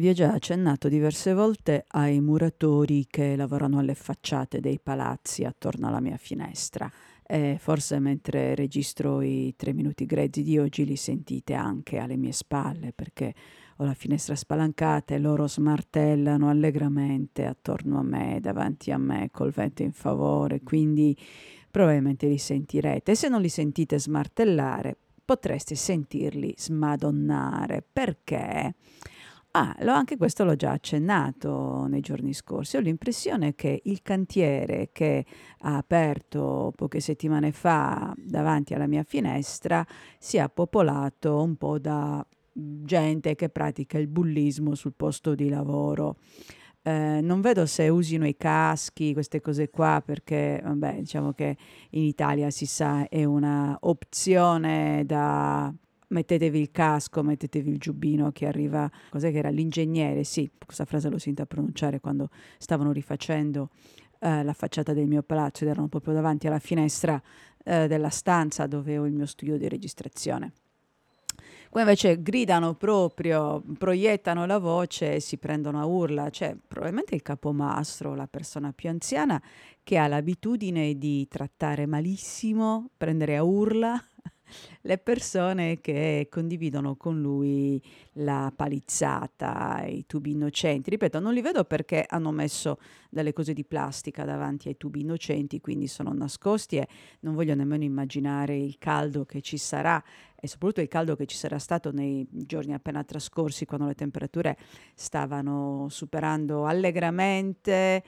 Vi ho già accennato diverse volte ai muratori che lavorano alle facciate dei palazzi attorno alla mia finestra. E forse mentre registro i 3 minuti grezzi di oggi li sentite anche alle mie spalle, perché ho la finestra spalancata e loro smartellano allegramente attorno a me, davanti a me, col vento in favore, quindi probabilmente li sentirete. E se non li sentite smartellare, potreste sentirli smadonnare. Perché? Anche questo l'ho già accennato nei giorni scorsi. Ho l'impressione che il cantiere che ha aperto poche settimane fa davanti alla mia finestra sia popolato un po' da gente che pratica il bullismo sul posto di lavoro. Non vedo se usino i caschi, queste cose qua, perché vabbè, diciamo che in Italia si sa è una opzione da mettetevi il casco, mettetevi il giubbino che arriva, cos'è che era l'ingegnere, sì, questa frase l'ho sentita pronunciare quando stavano rifacendo la facciata del mio palazzo ed erano proprio davanti alla finestra della stanza dove ho il mio studio di registrazione. Qua invece gridano proprio, proiettano la voce e si prendono a urla. Cioè, probabilmente il capomastro, la persona più anziana, che ha l'abitudine di trattare malissimo, prendere a urla le persone che condividono con lui la palizzata, i tubi innocenti. Ripeto, non li vedo perché hanno messo delle cose di plastica davanti ai tubi innocenti, quindi sono nascosti e non voglio nemmeno immaginare il caldo che ci sarà e soprattutto il caldo che ci sarà stato nei giorni appena trascorsi, quando le temperature stavano superando allegramente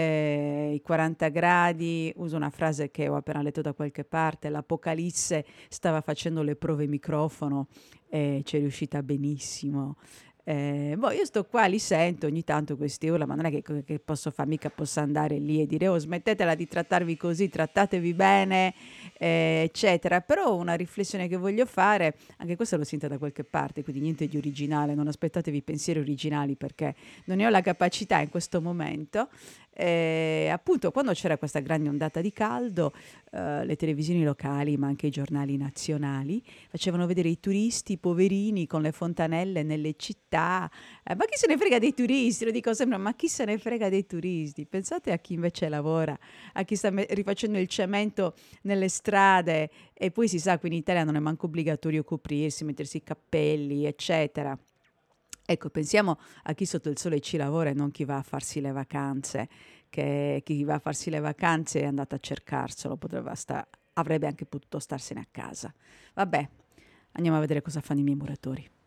i 40 gradi. Uso una frase che ho appena letto da qualche parte: l'Apocalisse stava facendo le prove microfono e ci è riuscita benissimo. Boh, io sto qua, li sento ogni tanto questi urla, ma non è che posso fare, mica posso andare lì e dire oh smettetela di trattarvi così, trattatevi bene, eccetera. Però una riflessione che voglio fare, anche questa l'ho sentita da qualche parte, quindi niente di originale, non aspettatevi pensieri originali perché non ne ho la capacità in questo momento. Appunto, quando c'era questa grande ondata di caldo, le televisioni locali, ma anche i giornali nazionali, facevano vedere i turisti poverini con le fontanelle nelle città. Ma chi se ne frega dei turisti? Lo dico sempre, ma chi se ne frega dei turisti? Pensate a chi invece lavora, a chi sta rifacendo il cemento nelle strade e poi si sa, qui in Italia non è manco obbligatorio coprirsi, mettersi i cappelli, eccetera. Ecco, pensiamo a chi sotto il sole ci lavora e non chi va a farsi le vacanze, che chi va a farsi le vacanze è andato a cercarselo, avrebbe anche potuto starsene a casa. Vabbè, andiamo a vedere cosa fanno i miei muratori.